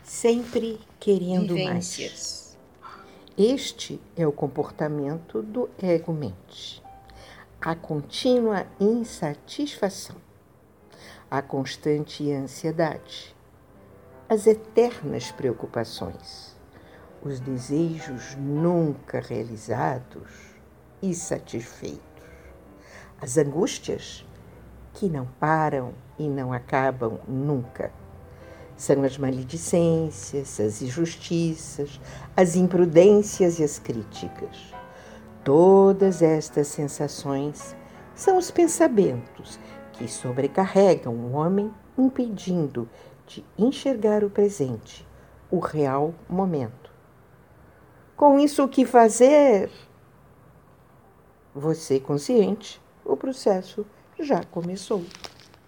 sempre querendo vivências. mais. Este é o comportamento do ego-mente. A contínua insatisfação, a constante ansiedade, as eternas preocupações, os desejos nunca realizados e satisfeitos, as angústias que não param e não acabam nunca. São as maledicências, as injustiças, as imprudências e as críticas. Todas estas sensações são os pensamentos que sobrecarregam o homem, impedindo de enxergar o presente, o real momento. Com isso, o que fazer? Você consciente, o processo já começou.